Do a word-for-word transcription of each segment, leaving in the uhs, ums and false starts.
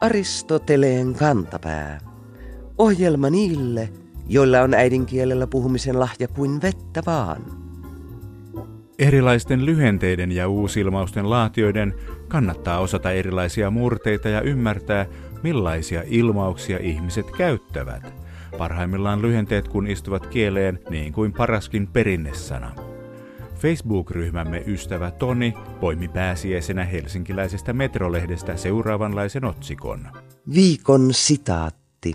Aristoteleen kantapää. Ohjelma niille, joilla on äidinkielellä puhumisen lahja kuin vettä vaan. Erilaisten lyhenteiden ja uusilmausten laatioiden kannattaa osata erilaisia murteita ja ymmärtää, millaisia ilmauksia ihmiset käyttävät. Parhaimmillaan lyhenteet kun istuvat kieleen niin kuin paraskin perinnesana. Facebook-ryhmämme ystävä Toni poimi pääsiäisenä helsinkiläisestä Metrolehdestä seuraavanlaisen otsikon. Viikon sitaatti.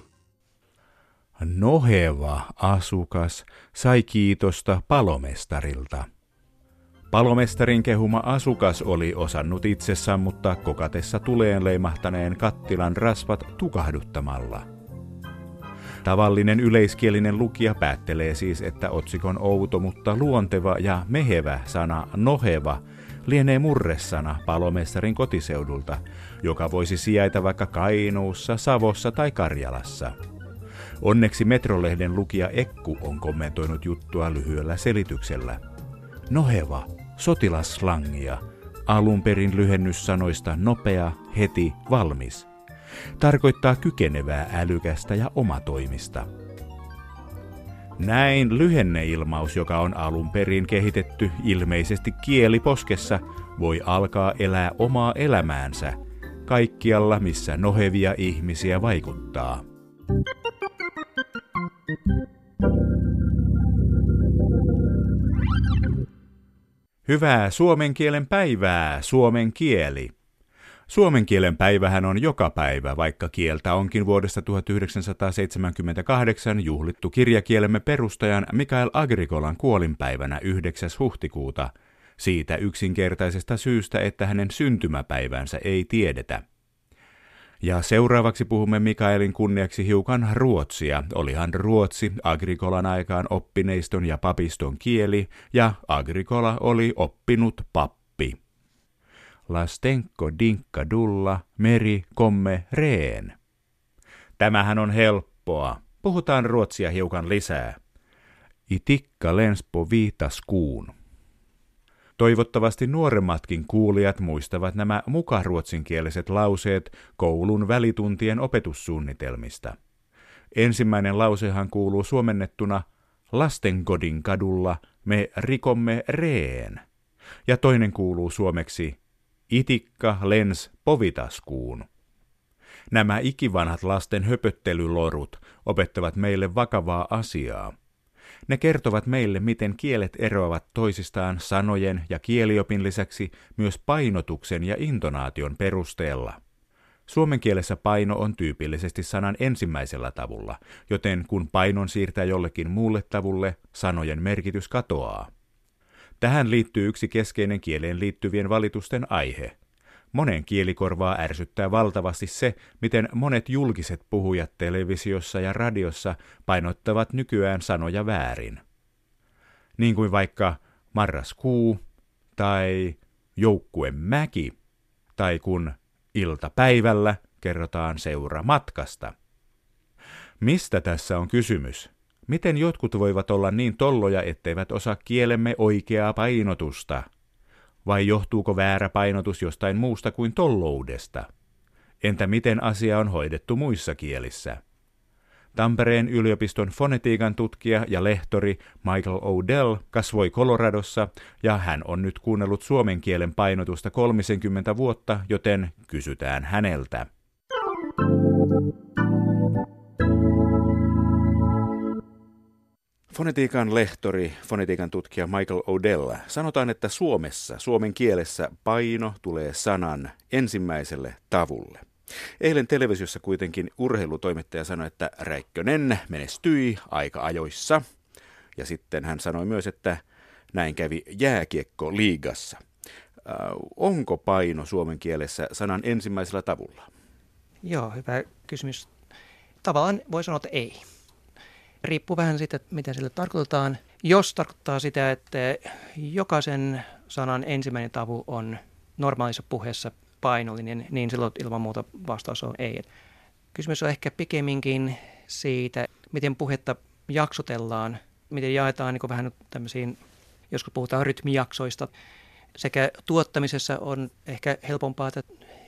Noheva asukas sai kiitosta palomestarilta. Palomestarin kehuma asukas oli osannut itse sammuttaa kokatessa tuleen leimahtaneen kattilan rasvat tukahduttamalla. Tavallinen yleiskielinen lukija päättelee siis, että otsikon outo, mutta luonteva ja mehevä sana noheva lienee murresana palomestarin kotiseudulta, joka voisi sijaita vaikka Kainuussa, Savossa tai Karjalassa. Onneksi Metrolehden lukija Ekku on kommentoinut juttua lyhyellä selityksellä. Noheva, sotilasslangia, alun perin lyhennyssanoista nopea, heti, valmis. Tarkoittaa kykenevää, älykästä ja omatoimista. Näin lyhenneilmaus, joka on alun perin kehitetty ilmeisesti kieliposkessa, voi alkaa elää omaa elämäänsä kaikkialla, missä nohevia ihmisiä vaikuttaa. Hyvää suomen kielen päivää, suomen kieli! Suomen kielen päivähän on joka päivä, vaikka kieltä onkin vuodesta tuhatyhdeksänsataaseitsemänkymmentäkahdeksan juhlittu kirjakielemme perustajan Mikael Agricolan kuolinpäivänä yhdeksäs huhtikuuta, siitä yksinkertaisesta syystä, että hänen syntymäpäivänsä ei tiedetä. Ja seuraavaksi puhumme Mikaelin kunniaksi hiukan ruotsia. Olihan ruotsi Agricolan aikaan oppineiston ja papiston kieli, ja Agricola oli oppinut pappi. Lastenko dinkka dulla, meri komme reen. Tämähän on helppoa. Puhutaan ruotsia hiukan lisää. Itikka lenspo viitaskuun. Toivottavasti nuoremmatkin kuulijat muistavat nämä mukaruotsinkieliset lauseet koulun välituntien opetussuunnitelmista. Ensimmäinen lausehan kuuluu suomennettuna Lastenkodin kadulla me rikomme reen. Ja toinen kuuluu suomeksi Itikka lens povitaskuun. Nämä ikivanhat lasten höpöttelylorut opettavat meille vakavaa asiaa. Ne kertovat meille, miten kielet eroavat toisistaan sanojen ja kieliopin lisäksi myös painotuksen ja intonaation perusteella. Suomen kielessä paino on tyypillisesti sanan ensimmäisellä tavulla, joten kun painon siirtää jollekin muulle tavulle, sanojen merkitys katoaa. Tähän liittyy yksi keskeinen kieleen liittyvien valitusten aihe. Monen kielikorvaa ärsyttää valtavasti se, miten monet julkiset puhujat televisiossa ja radiossa painottavat nykyään sanoja väärin. Niin kuin vaikka marraskuu tai joukkuemäki, tai kun iltapäivällä kerrotaan seuramatkasta. Mistä tässä on kysymys? Miten jotkut voivat olla niin tolloja, etteivät osaa kielemme oikeaa painotusta? Vai johtuuko väärä painotus jostain muusta kuin tolloudesta? Entä miten asia on hoidettu muissa kielissä? Tampereen yliopiston fonetiikan tutkija ja lehtori Michael O'Dell kasvoi Coloradossa, ja hän on nyt kuunnellut suomen kielen painotusta kolmekymmentä vuotta, joten kysytään häneltä. Fonetiikan lehtori, fonetiikan tutkija Michael O'Dell. Sanotaan, että Suomessa, suomen kielessä paino tulee sanan ensimmäiselle tavulle. Eilen televisiossa kuitenkin urheilutoimittaja sanoi, että Räikkönen menestyi aika ajoissa. Ja sitten hän sanoi myös, että näin kävi jääkiekko-liigassa. Äh, onko paino suomen kielessä sanan ensimmäisellä tavulla? Joo, hyvä kysymys. Tavallaan voi sanoa, että ei. Riippuu vähän siitä, mitä sille tarkoitetaan. Jos tarkoittaa sitä, että jokaisen sanan ensimmäinen tavu on normaalissa puheessa painollinen, niin silloin ilman muuta vastaus on ei. Kysymys on ehkä pikemminkin siitä, miten puhetta jaksotellaan, miten jaetaan niin vähän tämmöisiin, joskus puhutaan rytmijaksoista. Sekä tuottamisessa on ehkä helpompaa, että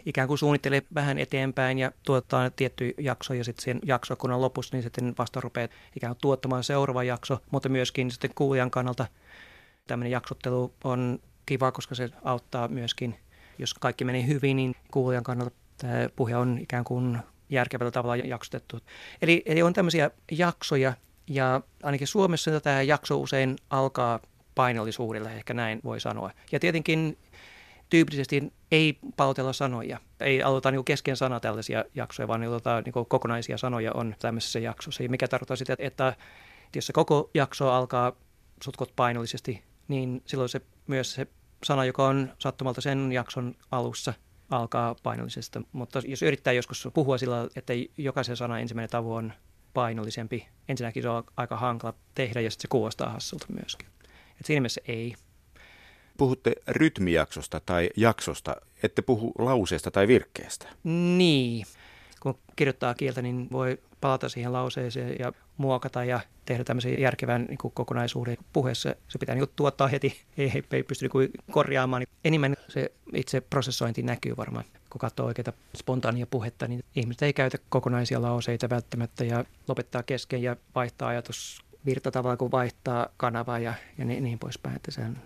ikään kuin suunnittelee vähän eteenpäin ja tuottaa tietty jakso ja sitten sen jakso, kun on lopussa, niin sitten vasta rupeaa ikään kuin tuottamaan seuraava jakso, mutta myöskin sitten kuulijan kannalta tämmöinen jaksottelu on kiva, koska se auttaa myöskin, jos kaikki menee hyvin, niin kuulijan kannalta tämä puhe on ikään kuin järkevällä tavalla jaksotettu. Eli, eli on tämmöisiä jaksoja ja ainakin Suomessa tämä jakso usein alkaa painollisuudella, ehkä näin voi sanoa. Ja tietenkin tyypillisesti ei pautella sanoja. Ei aloita niin kesken sana tällaisia jaksoja, vaan niin kokonaisia sanoja on tämmöisessä jaksossa. Mikä tarkoittaa sitä, että jos se koko jakso alkaa sutkot painollisesti, niin silloin se myös se sana, joka on sattumalta sen jakson alussa, alkaa painollisesta. Mutta jos yrittää joskus puhua sillä, että jokaisen sanan ensimmäinen tavu on painollisempi, ensinnäkin se on aika hankala tehdä ja sitten se kuulostaa hassulta myöskin. Et siinä mielessä ei. Puhutte rytmijaksosta tai jaksosta, ette puhu lauseesta tai virkkeestä. Niin. Kun kirjoittaa kieltä, niin voi palata siihen lauseeseen ja muokata ja tehdä tämmöisen järkevän niin kuin kokonaisuuden puheessa. Se pitää niin kuin tuottaa heti, ei, ei pysty niin kuin korjaamaan. Enemmän se itse prosessointi näkyy varmaan. Kun katsoo oikeaa spontaania puhetta, niin ihmiset ei käytä kokonaisia lauseita välttämättä ja lopettaa kesken ja vaihtaa ajatus virtatavalla, kun vaihtaa kanavaa ja, ja niin, niin poispäin. Että se on...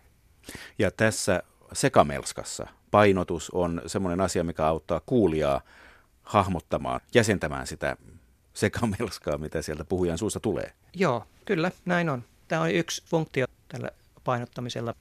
Ja tässä sekamelskassa painotus on semmoinen asia, mikä auttaa kuulijaa hahmottamaan, jäsentämään sitä sekamelskaa, mitä sieltä puhujan suusta tulee. Joo, kyllä, näin on. Tämä on yksi funktio tällä painottamisella.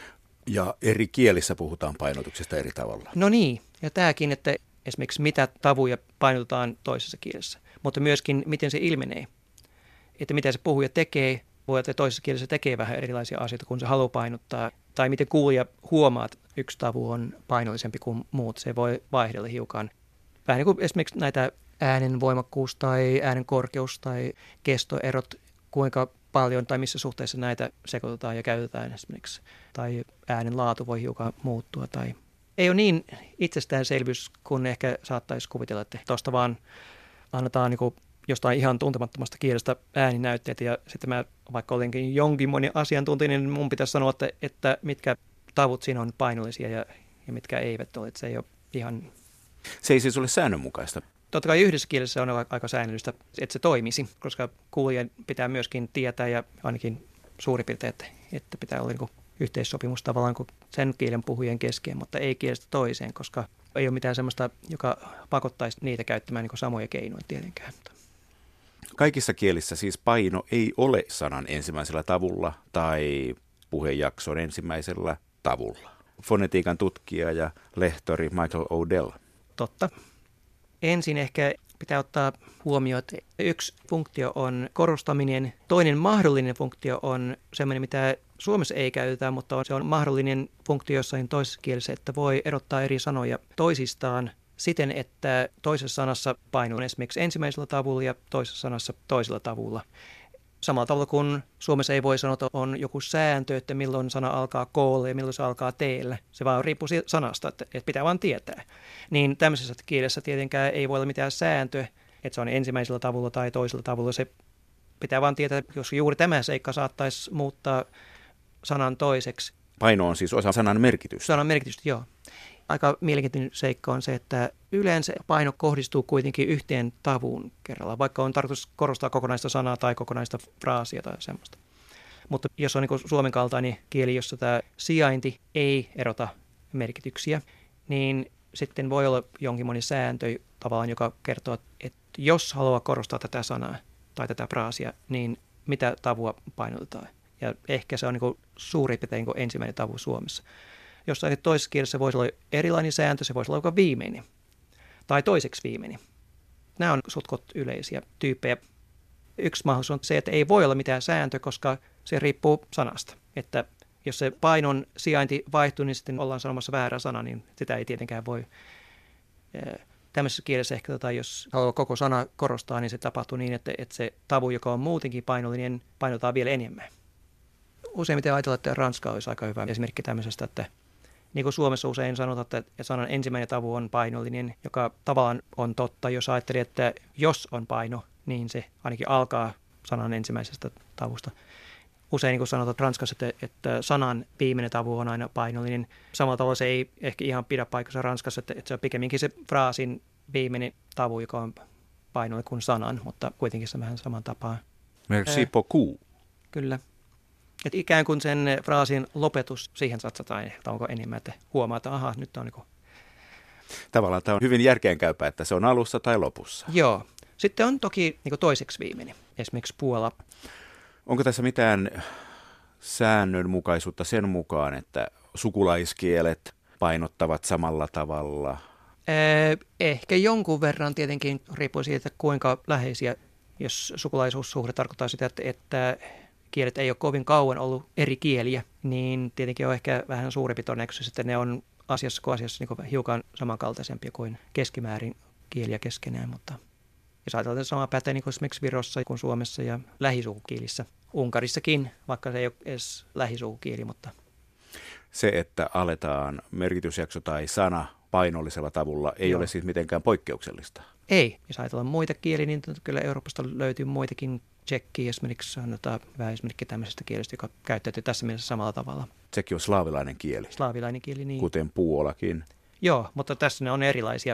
Ja eri kielissä puhutaan painotuksesta eri tavalla. No niin, ja tämäkin, että esimerkiksi mitä tavuja painotetaan toisessa kielessä, mutta myöskin miten se ilmenee. Että mitä se puhuja tekee, voi että toisessa kielessä tekee vähän erilaisia asioita, kun se haluaa painottaa. Tai miten kuulija huomaa, että yksi tavu on painollisempi kuin muut. Se voi vaihdella hiukan. Vähän niin kuin esimerkiksi näitä äänen voimakkuus tai äänen korkeus tai kestoerot, kuinka paljon tai missä suhteessa näitä sekoitetaan ja käytetään esimerkiksi. Tai äänen laatu voi hiukan muuttua. Tai... Ei ole niin itsestäänselvyys, kun ehkä saattaisi kuvitella, että tuosta vaan annetaan niin kuin jostain ihan tuntemattomasta kielestä ääninäytteet ja sitten mä vaikka olenkin jonkin moni asiantuntija, niin mun pitäisi sanoa, että, että mitkä tavut siinä on painollisia ja, ja mitkä eivät ole. Että se ei ole ihan... Se ei siis ole säännönmukaista. Totta kai yhdessä kielessä on aika säännöllistä, että se toimisi, koska kuulijan pitää myöskin tietää ja ainakin suurin piirtein, että, että pitää olla niin yhteissopimus tavallaan kuin sen kielen puhujien kesken, mutta ei kielestä toiseen, koska ei ole mitään sellaista, joka pakottaisi niitä käyttämään niin samoja keinoja tietenkään. Kaikissa kielissä siis paino ei ole sanan ensimmäisellä tavulla tai puhejakson ensimmäisellä tavulla. Fonetiikan tutkija ja lehtori Michael O'Dell. Totta. Ensin ehkä pitää ottaa huomioon, että yksi funktio on korostaminen. Toinen mahdollinen funktio on sellainen, mitä Suomessa ei käytetä, mutta on, se on mahdollinen funktio jossain toisessa kielessä, että voi erottaa eri sanoja toisistaan siten, että toisessa sanassa paino on esimerkiksi ensimmäisellä tavulla ja toisessa sanassa toisella tavulla. Samalla tavalla kuin Suomessa ei voi sanoa, että on joku sääntö, että milloin sana alkaa k:lla ja milloin se alkaa teellä. Se vaan riippuu sanasta, että, että pitää vaan tietää. Niin tämmöisessä kielessä tietenkään ei voi olla mitään sääntöä, että se on ensimmäisellä tavulla tai toisella tavulla. Se pitää vaan tietää, jos juuri tämä seikka saattaisi muuttaa sanan toiseksi. Paino on siis osa sanan merkitystä. Sanan merkitystä, joo. Aika mielenkiintoinen seikka on se, että yleensä paino kohdistuu kuitenkin yhteen tavuun kerralla, vaikka on tarkoitus korostaa kokonaista sanaa tai kokonaista fraasia tai semmoista. Mutta jos on niin kuin suomen kaltainen kieli, jossa tämä sijainti ei erota merkityksiä, niin sitten voi olla jonkinlainen sääntö tavallaan, joka kertoo, että jos haluaa korostaa tätä sanaa tai tätä fraasia, niin mitä tavua painotetaan. Ja ehkä se on niin kuin suurin piirtein niin ensimmäinen tavu Suomessa. Jossain toisessa kielessä voisi olla erilainen sääntö, se voisi olla joka viimeinen tai toiseksi viimeinen. Nämä on sutkot yleisiä tyyppejä. Yksi mahdollisuus on se, että ei voi olla mitään sääntöä, koska se riippuu sanasta. Että jos se painon sijainti vaihtuu, niin sitten ollaan sanomassa väärä sana, niin sitä ei tietenkään voi. Tämmöisessä kielessä ehkä, tota, jos haluaa koko sana korostaa, niin se tapahtuu niin, että, että se tavu, joka on muutenkin painollinen, painotaan vielä enemmän. Useimmiten ajatellaan, että ranska olisi aika hyvä esimerkki tämmöisestä, että niin kuin Suomessa usein sanotaan, että sanan ensimmäinen tavu on painollinen, joka tavallaan on totta, jos ajattelee, että jos on paino, niin se ainakin alkaa sanan ensimmäisestä tavusta. usein niin kuin sanotaan Ranskassa, että, että sanan viimeinen tavu on aina painollinen. Samalla tavalla se ei ehkä ihan pidä paikkansa Ranskassa, että, että se on pikemminkin se fraasin viimeinen tavu, joka on painollinen kuin sanan, mutta kuitenkin se vähän saman tapaa. Merci beaucoup. Kyllä. Et ikään kuin sen fraasin lopetus, siihen satsataan, että onko enemmän, että huomaa, että aha, nyt on niin. Tavallaan tämä on hyvin järkeenkäypää, että se on alussa tai lopussa. Joo. Sitten on toki niin toiseksi viimeinen, esimerkiksi Puola. Onko tässä mitään säännönmukaisuutta sen mukaan, että sukulaiskielet painottavat samalla tavalla? Eh, ehkä jonkun verran tietenkin riippuu siitä, kuinka läheisiä, jos sukulaisuussuhde tarkoittaa sitä, että, että kielet ei ole kovin kauan ollut eri kieliä, niin tietenkin on ehkä vähän suurempi todennäköisyys, että ne on asiassa kuin asiassa niin kuin hiukan samankaltaisempia kuin keskimäärin kieliä keskenään, mutta jos ajatellaan, että sama pätee niin kuin esimerkiksi Virossa kuin Suomessa ja lähisukukielissä. Unkarissakin, vaikka se ei ole edes lähisukukieli, mutta Se, että aletaan merkitysjakso tai sana painollisella tavulla, ei Joo. ole siis mitenkään poikkeuksellista. ei. Jos ajatellaan muita kieliä, niin kyllä Euroopasta löytyy muitakin. Tsekki esimerkiksi on hyvä esimerkki tämmöisestä kielestä, joka käyttäytyy tässä mielessä samalla tavalla. Sekin on slaavilainen kieli, Slaavilainen kieli, niin. kuten puolakin. Joo, mutta tässä ne on erilaisia.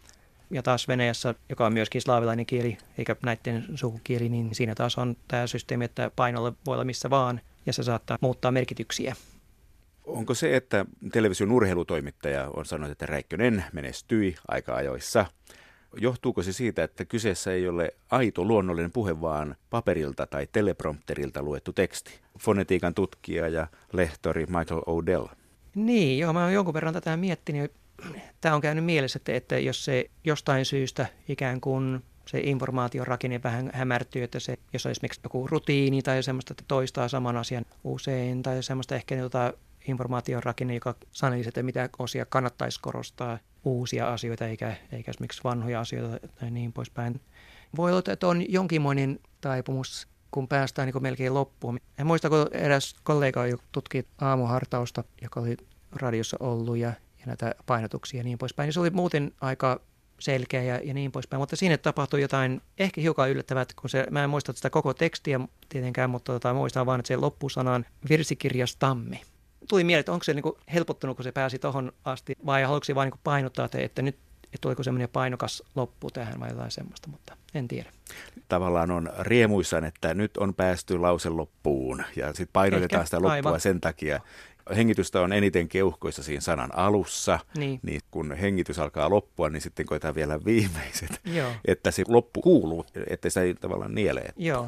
Ja taas Venäjässä, joka on myöskin slaavilainen kieli, eikä näiden sukukieli, niin siinä taas on tämä systeemi, että painolle voi olla missä vaan, ja se saattaa muuttaa merkityksiä. Onko se, että television urheilutoimittaja on sanonut, että Räikkönen menestyi aika ajoissa, johtuuko se siitä, että kyseessä ei ole aito luonnollinen puhe, vaan paperilta tai teleprompterilta luettu teksti? Fonetiikan tutkija ja lehtori Michael O'Dell. Niin, joo, mä oon jonkun verran tätä miettinyt. Tämä on käynyt mielessä, että, että jos se jostain syystä ikään kuin se informaation rakenne vähän hämärtyy, että se, jos on esimerkiksi joku rutiini tai semmoista, että toistaa saman asian usein, tai semmoista ehkä jotain informaation rakenne, joka sanelisi, että mitä osia kannattaisi korostaa, uusia asioita eikä, eikä esimerkiksi vanhoja asioita tai niin poispäin. Voi olla, että on jonkinmoinen taipumus, kun päästään niin melkein loppuun. En muista, kun eräs kollega, joka tutki aamuhartausta, joka oli radiossa ollut ja, ja näitä painotuksia ja niin poispäin, niin se oli muuten aika selkeä ja, ja niin poispäin, mutta siinä tapahtui jotain ehkä hiukan yllättävää, kun se, mä en muista sitä koko tekstiä tietenkään, mutta tota, muistan vaan, että se loppusanan virsikirjas tammi. Tuli mieleen, että onko se niin kuin helpottunut, kun se pääsi tuohon asti, vai haluatko se vain niin painottaa, että, että nyt että tuliko semmoinen painokas loppu tähän vai jotain semmoista, mutta en tiedä. Tavallaan on riemuissaan, että nyt on päästy lause loppuun ja sitten painotetaan Ehkä, sitä loppua aivan. sen takia. Hengitystä on eniten keuhkoissa siinä sanan alussa, Niin. niin kun hengitys alkaa loppua, niin sitten koetaan vielä viimeiset, Joo. että se loppu kuuluu, että se ei tavallaan nielee. Joo.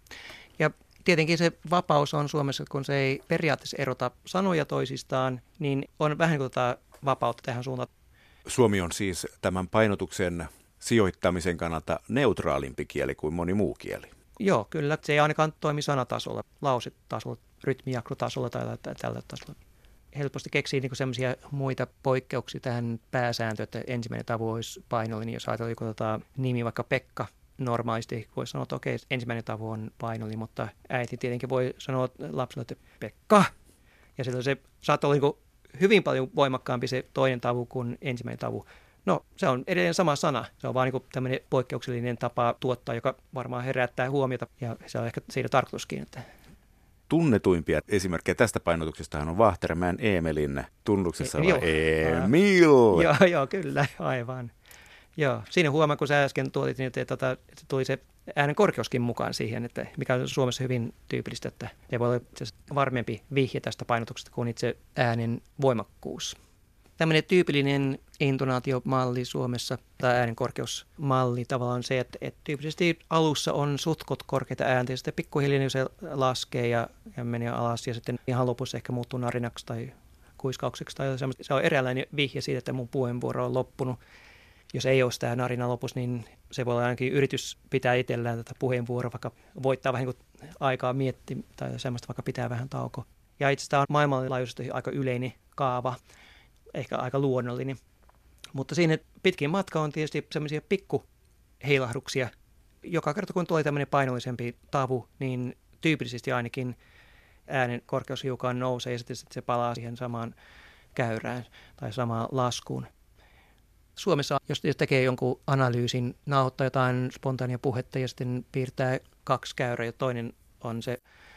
Ja tietenkin se vapaus on Suomessa, kun se ei periaatteessa erota sanoja toisistaan, niin on vähän kuin tota vapautta tähän suuntaan. Suomi on siis tämän painotuksen sijoittamisen kannalta neutraalimpi kieli kuin moni muu kieli. Joo, kyllä. Se ei ainakaan toimi sanatasolla, lausetasolla, rytmijaksotasolla tai tällä tasolla. Helposti keksii niin sellaisia muita poikkeuksia tähän pääsääntöön, että ensimmäinen tavu olisi painollinen. Jos ajatellaan joku tota, nimi, vaikka Pekka, normaalisti voisi sanoa, että okei, ensimmäinen tavu on painollinen, mutta äiti tietenkin voi sanoa lapselle, että Pekka. Ja silloin se saattaa olla niin hyvin paljon voimakkaampi se toinen tavu kuin ensimmäinen tavu. No, se on edelleen sama sana. Se on vaan niin tämmöinen poikkeuksellinen tapa tuottaa, joka varmaan herättää huomiota. Ja se on ehkä siinä tarkoituskin. Että Tunnetuimpia esimerkkejä tästä painotuksestahan on Vaahterämään Eemelin tunnuksessa E- oleva joo. Emil. Joo, joo, kyllä, aivan. Joo, siinä huomaa, kun sä äsken tuotit, niin että, että, että tuli se äänen korkeuskin mukaan siihen, että mikä on Suomessa hyvin tyypillistä, että se voi olla itse asiassa varmempi vihje tästä painotuksesta kuin itse äänen voimakkuus. Tämmöinen tyypillinen intonaatiomalli Suomessa tai äänenkorkeusmalli tavallaan on se, että, että tyypillisesti alussa on suhtkot korkeita ääntä ja sitten pikkuhiljaa se laskee ja, ja menee alas ja sitten ihan lopussa ehkä muuttuu narinaksi tai kuiskaukseksi tai semmoista. Se on eräänlainen vihje siitä, että mun puheenvuoro on loppunut. Jos ei ole sitä narina lopussa, niin se voi olla ainakin yritys pitää itsellään tätä puheenvuoroa, vaikka voittaa vähän aikaa miettiä tai semmoista, vaikka pitää vähän taukoa. Ja itse asiassa on maailmanlaajuisesti aika yleinen kaava, ehkä aika luonnollinen. Mutta siinä pitkin matka on tietysti semmoisia pikkuheilahduksia. Joka kerta kun tulee tämmöinen painollisempi tavu, niin tyypillisesti ainakin äänen korkeus hiukan nousee ja sitten se palaa siihen samaan käyrään tai samaan laskuun. Suomessa, jos tekee jonkun analyysin, nauhoittaa jotain spontaania puhetta ja sitten piirtää kaksi käyrää ja toinen on se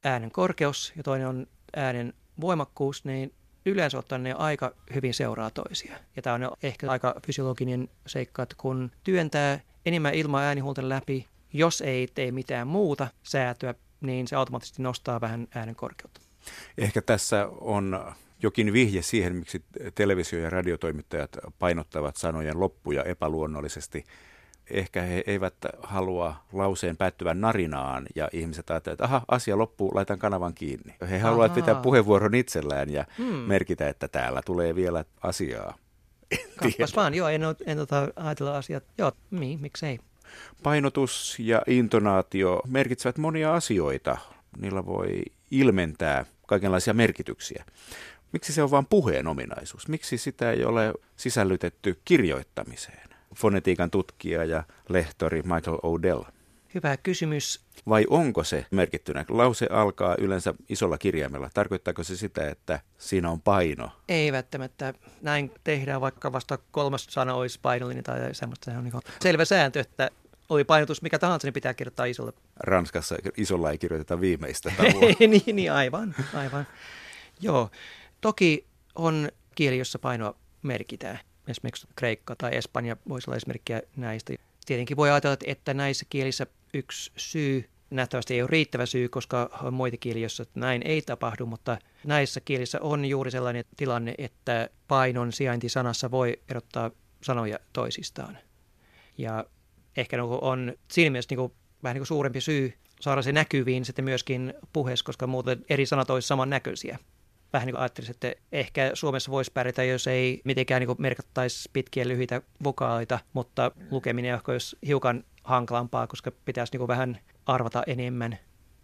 äänen korkeus ja toinen on äänen voimakkuus, niin yleensä ottaen ne aika hyvin seuraa toisia. Ja tämä on ehkä aika fysiologinen seikka, että kun työntää enemmän ilmaa äänihuulten läpi, jos ei tee mitään muuta säätöä, niin se automaattisesti nostaa vähän äänen korkeutta. Ehkä tässä on jokin vihje siihen, miksi televisio- ja radiotoimittajat painottavat sanojen loppuja epäluonnollisesti. Ehkä he eivät halua lauseen päättyvän narinaan ja ihmiset ajattelevat, että aha, asia loppuu, laitan kanavan kiinni. He Ahaa. haluavat pitää puheenvuoron itsellään ja hmm. merkitä, että täällä tulee vielä asiaa. Kappas vaan, joo, en, en ota ajatella asiat. Joo, mi, miksei. Painotus ja intonaatio merkitsevät monia asioita. Niillä voi ilmentää kaikenlaisia merkityksiä. Miksi se on vain puheen ominaisuus? Miksi sitä ei ole sisällytetty kirjoittamiseen? Fonetiikan tutkija ja lehtori Michael O'Dell. Hyvä kysymys. Vai onko se merkittynä? Lause alkaa yleensä isolla kirjaimella. Tarkoittaako se sitä, että siinä on paino? Ei välttämättä. Näin tehdään, vaikka vasta kolmas sana olisi painollinen tai semmoista. Se on niin selvä sääntö, että oli painotus mikä tahansa, niin pitää kirjoittaa isolla. Ranskassa isolla ei kirjoiteta viimeistä tavua. niin, niin, aivan, aivan. Joo. Toki on kieli, jossa painoa merkitään. Esimerkiksi kreikka tai espanja voisi olla esimerkkiä näistä. Tietenkin voi ajatella, että näissä kielissä yksi syy, nähtävästi ei ole riittävä syy, koska on muita kieliä, joissa näin ei tapahdu, mutta näissä kielissä on juuri sellainen tilanne, että painon sijainti sanassa voi erottaa sanoja toisistaan. Ja ehkä on siinä mielessä niin kuin, vähän niin kuin suurempi syy saada se näkyviin sitten myöskin puheessa, koska muuten eri sanat olisi samannäköisiä. Vähän niin kuin ajattelisin, että ehkä Suomessa voisi pärjätä, jos ei mitenkään niin kuin merkattaisi pitkiä lyhyitä vokaaleita, mutta lukeminen ehkä olisi hiukan hankalampaa, koska pitäisi niin kuin vähän arvata enemmän.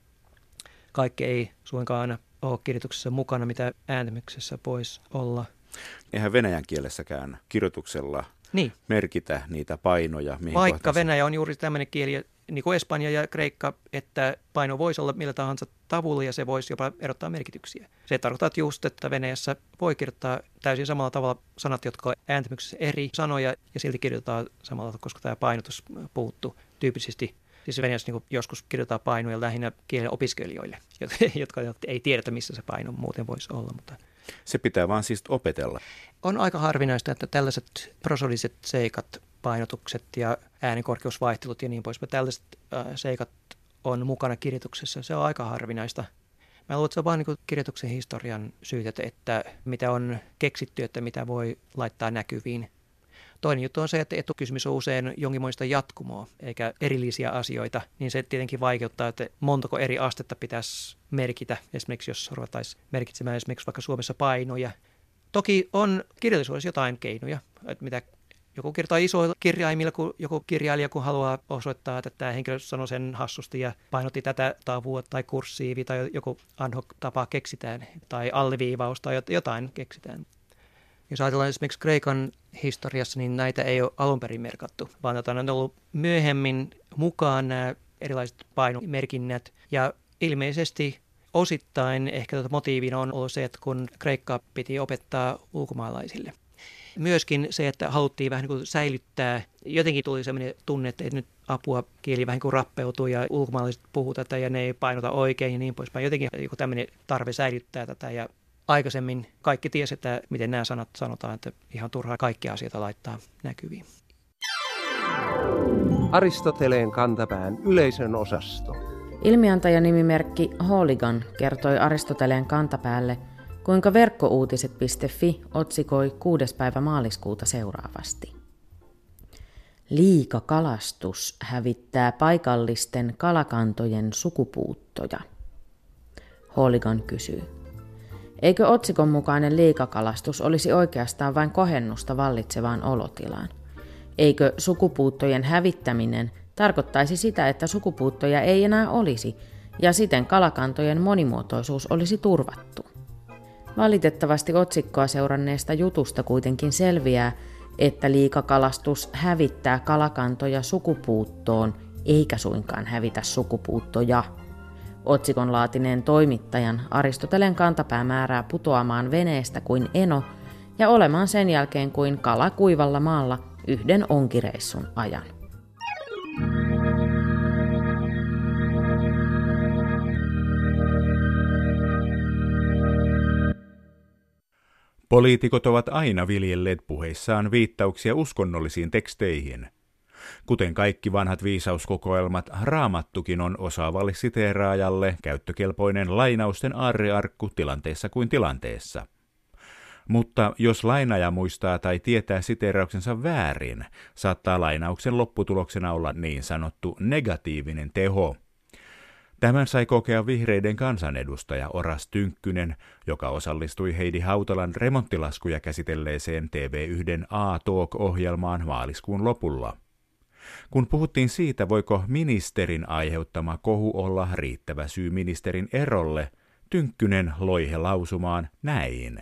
Kaikki ei suinkaan aina ole kirjoituksessa mukana, mitä ääntämyksessä voisi olla. Eihän venäjän kielessäkään kirjoituksella niin. merkitä niitä painoja. Mihin Vaikka kohtaisiin. Venäjä on juuri tämmöinen kieli, niin kuin Espanja ja Kreikka, että paino voisi olla millä tahansa tavulla ja se voisi jopa erottaa merkityksiä. Se tarkoittaa just, että Venäjässä voi kirjoittaa täysin samalla tavalla sanat, jotka on ääntämyksessä eri sanoja ja silti kirjoitetaan samalla tavalla, koska tämä painotus puuttuu tyypillisesti. Siis Venäjässä niin joskus kirjoitetaan painoja lähinnä kielen opiskelijoille, jotka ei tiedetä, missä se paino muuten voisi olla. Mutta se pitää vaan siis opetella. On aika harvinaista, että tällaiset prosodiset seikat, painotukset ja äänikorkeusvaihtelut ja niin poispäin, tällaiset äh, seikat on mukana kirjoituksessa. Se on aika harvinaista. Mä luulen, että se on vaan niin kuin kirjoituksen historian syytä, että mitä on keksitty, että mitä voi laittaa näkyviin. Toinen juttu on se, että etukysymys on usein jonkinmoista jatkumoa, eikä erillisiä asioita, niin se tietenkin vaikeuttaa, että montako eri astetta pitäisi merkitä. Esimerkiksi jos ruvettaisiin merkitsemään esimerkiksi vaikka Suomessa painoja. Toki on kirjallisuudessa jotain keinoja, että mitä joku kirjoittaa isoilla kirjaimilla, kun joku kirjailija kun haluaa osoittaa, että tämä henkilö sanoi sen hassusti ja painotti tätä tavua tai kurssiivi tai joku ad hoc tapa keksitään tai alleviivaus tai jotain keksitään. Jos ajatellaan esimerkiksi Kreikan historiassa, niin näitä ei ole alun perin merkattu, vaan on ollut myöhemmin mukaan nämä erilaiset painomerkinnät. Ja ilmeisesti osittain ehkä tuota motiivina on ollut se, että kun Kreikkaa piti opettaa ulkomaalaisille. Myöskin se, että haluttiin vähän niin kuin säilyttää, jotenkin tuli sellainen tunne, että nyt apua kieli vähän niin kuin rappeutuu ja ulkomaalaiset puhuu tätä ja ne ei painota oikein ja niin poispäin. Jotenkin joku tämmöinen tarve säilyttää tätä ja aikaisemmin kaikki tiesi, että miten nämä sanat sanotaan, että ihan turhaa kaikkia asioita laittaa näkyviin. Aristoteleen kantapään yleisön osasto. Ilmiantajanimimerkki Hooligan kertoi Aristoteleen kantapäälle, kuinka verkkouutiset piste fi otsikoi kuudes päivä maaliskuuta seuraavasti. Liikakalastus hävittää paikallisten kalakantojen sukupuuttoja. Hooligan kysyy. Eikö otsikon mukainen liikakalastus olisi oikeastaan vain kohennusta vallitsevaan olotilaan? Eikö sukupuuttojen hävittäminen tarkoittaisi sitä, että sukupuuttoja ei enää olisi ja siten kalakantojen monimuotoisuus olisi turvattu? Valitettavasti otsikkoa seuranneesta jutusta kuitenkin selviää, että liikakalastus hävittää kalakantoja sukupuuttoon eikä suinkaan hävitä sukupuuttoja. Otsikon laatineen toimittajan Aristoteleen kantapää määrää putoamaan veneestä kuin eno ja olemaan sen jälkeen kuin kala kuivalla maalla yhden onkireissun ajan. Poliitikot ovat aina viljelleet puheissaan viittauksia uskonnollisiin teksteihin. Kuten kaikki vanhat viisauskokoelmat, Raamattukin on osaavalle siteeraajalle käyttökelpoinen lainausten aarrearkku tilanteessa kuin tilanteessa. Mutta jos lainaaja muistaa tai tietää siteerauksensa väärin, saattaa lainauksen lopputuloksena olla niin sanottu negatiivinen teho. Tämän sai kokea vihreiden kansanedustaja Oras Tynkkynen, joka osallistui Heidi Hautalan remonttilaskuja käsitelleeseen T V yksi A-talk-ohjelmaan maaliskuun lopulla. Kun puhuttiin siitä, voiko ministerin aiheuttama kohu olla riittävä syy ministerin erolle, Tynkkynen loi he lausumaan näin.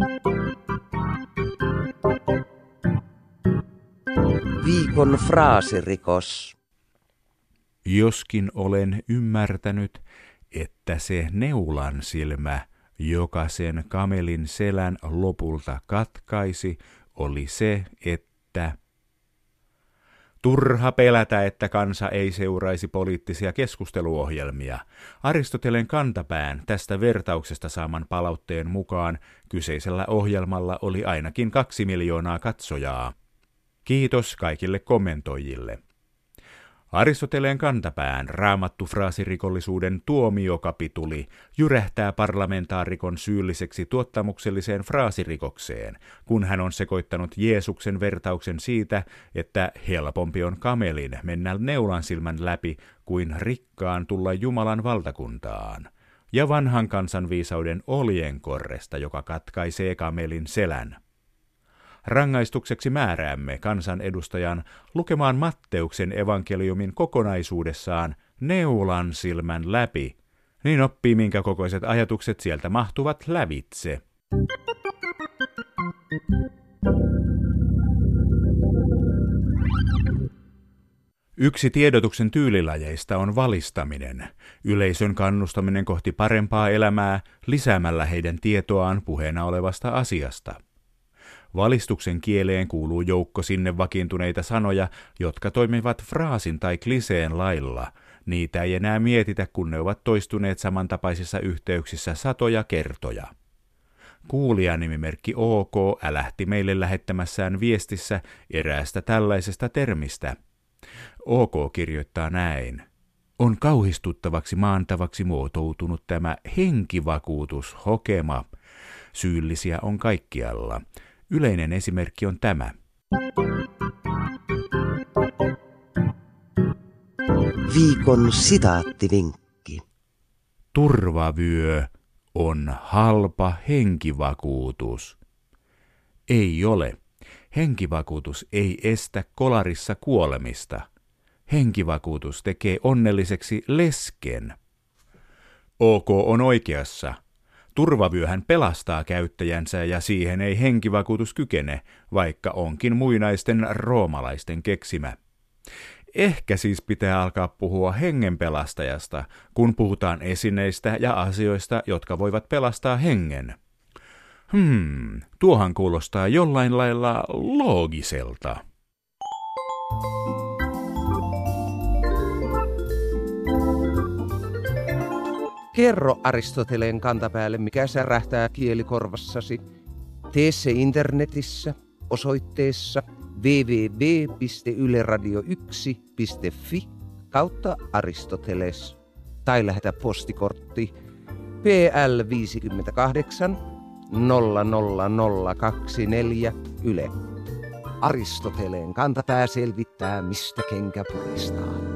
Viikon fraasirikos. Joskin olen ymmärtänyt, että se neulan silmä, joka sen kamelin selän lopulta katkaisi, oli se, että turha pelätä, että kansa ei seuraisi poliittisia keskusteluohjelmia. Aristoteleen kantapään tästä vertauksesta saaman palautteen mukaan kyseisellä ohjelmalla oli ainakin kaksi miljoonaa katsojaa. Kiitos kaikille kommentoijille. Aristoteleen kantapään raamattu fraasirikollisuuden tuomiokapituli jyrähtää parlamentaarikon syylliseksi tuottamukselliseen fraasirikokseen, kun hän on sekoittanut Jeesuksen vertauksen siitä, että helpompi on kamelin mennä neulan silmän läpi kuin rikkaan tulla Jumalan valtakuntaan, ja vanhan kansan viisauden oljenkorresta, joka katkaisee kamelin selän. Rangaistukseksi määräämme kansanedustajan lukemaan Matteuksen evankeliumin kokonaisuudessaan neulan silmän läpi, niin oppii minkä kokoiset ajatukset sieltä mahtuvat lävitse. Yksi tiedotuksen tyylilajeista on valistaminen, yleisön kannustaminen kohti parempaa elämää lisäämällä heidän tietoaan puheena olevasta asiasta. Valistuksen kieleen kuuluu joukko sinne vakiintuneita sanoja, jotka toimivat fraasin tai kliseen lailla. Niitä ei enää mietitä, kun ne ovat toistuneet samantapaisissa yhteyksissä satoja kertoja. Kuulijanimimerkki O K älähti meille lähettämässään viestissä eräästä tällaisesta termistä. O K kirjoittaa näin. On kauhistuttavaksi maantavaksi muotoutunut tämä henkivakuutushokema. Syyllisiä on kaikkialla. Yleinen esimerkki on tämä. Viikon sitaattivinkki. Turvavyö on halpa henkivakuutus. Ei ole. Henkivakuutus ei estä kolarissa kuolemista. Henkivakuutus tekee onnelliseksi lesken. O K on oikeassa. Turvavyöhän pelastaa käyttäjänsä ja siihen ei henkivakuutus kykene, vaikka onkin muinaisten roomalaisten keksimä. Ehkä siis pitää alkaa puhua hengenpelastajasta, kun puhutaan esineistä ja asioista, jotka voivat pelastaa hengen. Hmm, tuohan kuulostaa jollain lailla loogiselta. Kerro Aristoteleen kantapäälle, mikä särähtää kielikorvassasi. Tee se internetissä osoitteessa double-u double-u double-u piste yle radio yksi piste fi kautta Aristoteles tai lähetä postikortti P L viisikymmentäkahdeksan nolla nolla nolla kaksikymmentäneljä Yle. Aristoteleen kantapää selvittää, mistä kenkä puristaa.